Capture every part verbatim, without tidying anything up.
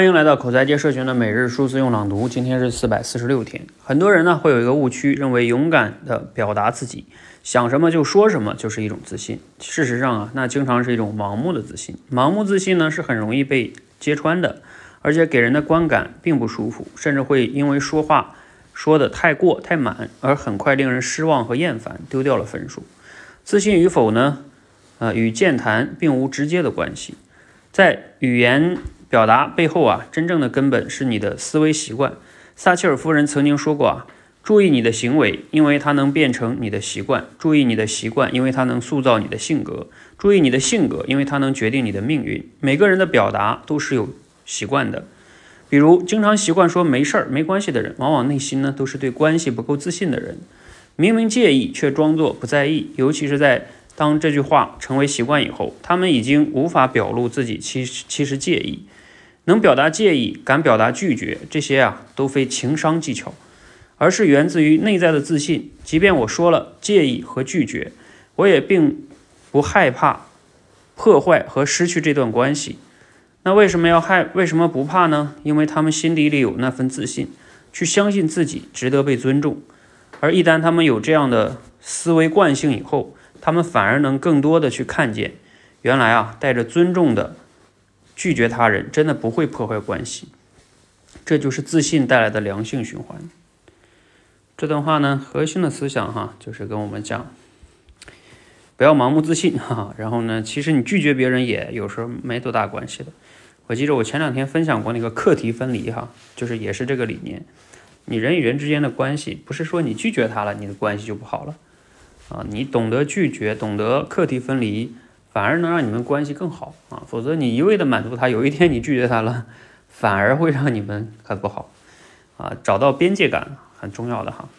欢迎来到口才界社群的每日数字用朗读，今天是四百四十六天。很多人呢会有一个误区，认为勇敢的表达自己，想什么就说什么就是一种自信。事实上啊，那经常是一种盲目的自信。盲目自信呢是很容易被揭穿的，而且给人的观感并不舒服，甚至会因为说话说的太过太满，而很快令人失望和厌烦，丢掉了分数。自信与否呢，呃，与健谈并无直接的关系。在语言表达背后啊，真正的根本是你的思维习惯。撒切尔夫人曾经说过啊，注意你的行为，因为它能变成你的习惯；注意你的习惯，因为它能塑造你的性格；注意你的性格，因为它能决定你的命运。每个人的表达都是有习惯的，比如经常习惯说没事儿、没关系的人，往往内心呢都是对关系不够自信的人。明明介意却装作不在意，尤其是在当这句话成为习惯以后，他们已经无法表露自己其实其实介意。能表达介意，敢表达拒绝，这些啊都非情商技巧，而是源自于内在的自信。即便我说了介意和拒绝，我也并不害怕破坏和失去这段关系。那为什么要害？为什么不怕呢？因为他们心底里有那份自信，去相信自己值得被尊重。而一旦他们有这样的思维惯性以后，他们反而能更多的去看见，原来啊带着尊重的拒绝他人真的不会破坏关系，这就是自信带来的良性循环。这段话呢，核心的思想哈，就是跟我们讲，不要盲目自信哈。然后呢，其实你拒绝别人也有时候没多大关系的。我记得我前两天分享过那个课题分离哈，就是也是这个理念。你人与人之间的关系，不是说你拒绝他了，你的关系就不好了啊。你懂得拒绝，懂得课题分离，反而能让你们关系更好啊，否则你一味的满足他，有一天你拒绝他了，反而会让你们很不好啊。找到边界感很重要的哈。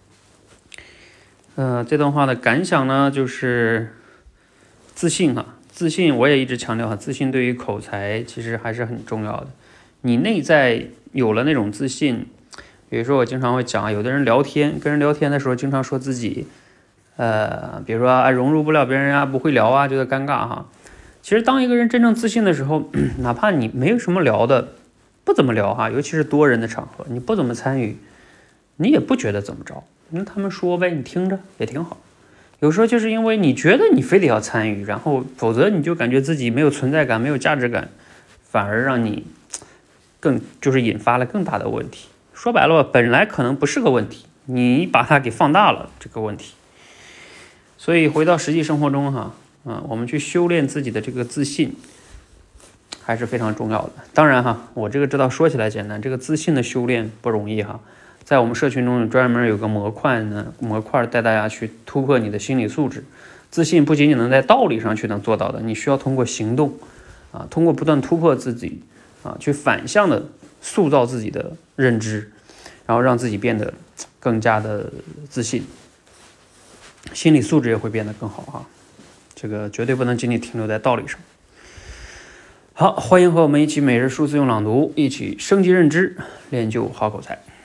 呃，这段话的感想呢，就是自信哈，自信我也一直强调哈，自信对于口才其实还是很重要的。你内在有了那种自信，比如说我经常会讲，有的人聊天，跟人聊天的时候，经常说自己。呃，比如说啊，融入不了别人啊，不会聊啊，觉得尴尬哈。其实当一个人真正自信的时候，哪怕你没有什么聊的，不怎么聊哈，尤其是多人的场合，你不怎么参与，你也不觉得怎么着，那他们说呗，你听着也挺好。有时候就是因为你觉得你非得要参与，然后否则你就感觉自己没有存在感，没有价值感，反而让你更就是引发了更大的问题。说白了吧，本来可能不是个问题，你把它给放大了这个问题。所以回到实际生活中哈，嗯，我们去修炼自己的这个自信还是非常重要的。当然哈，我这个知道说起来简单，这个自信的修炼不容易哈。在我们社群中专门有个模块呢，模块带大家去突破你的心理素质。自信不仅仅能在道理上去能做到的，你需要通过行动啊，通过不断突破自己啊，去反向的塑造自己的认知，然后让自己变得更加的自信。心理素质也会变得更好哈，这个绝对不能仅仅停留在道理上。好，欢迎和我们一起每日数字用朗读，一起升级认知，练就好口才。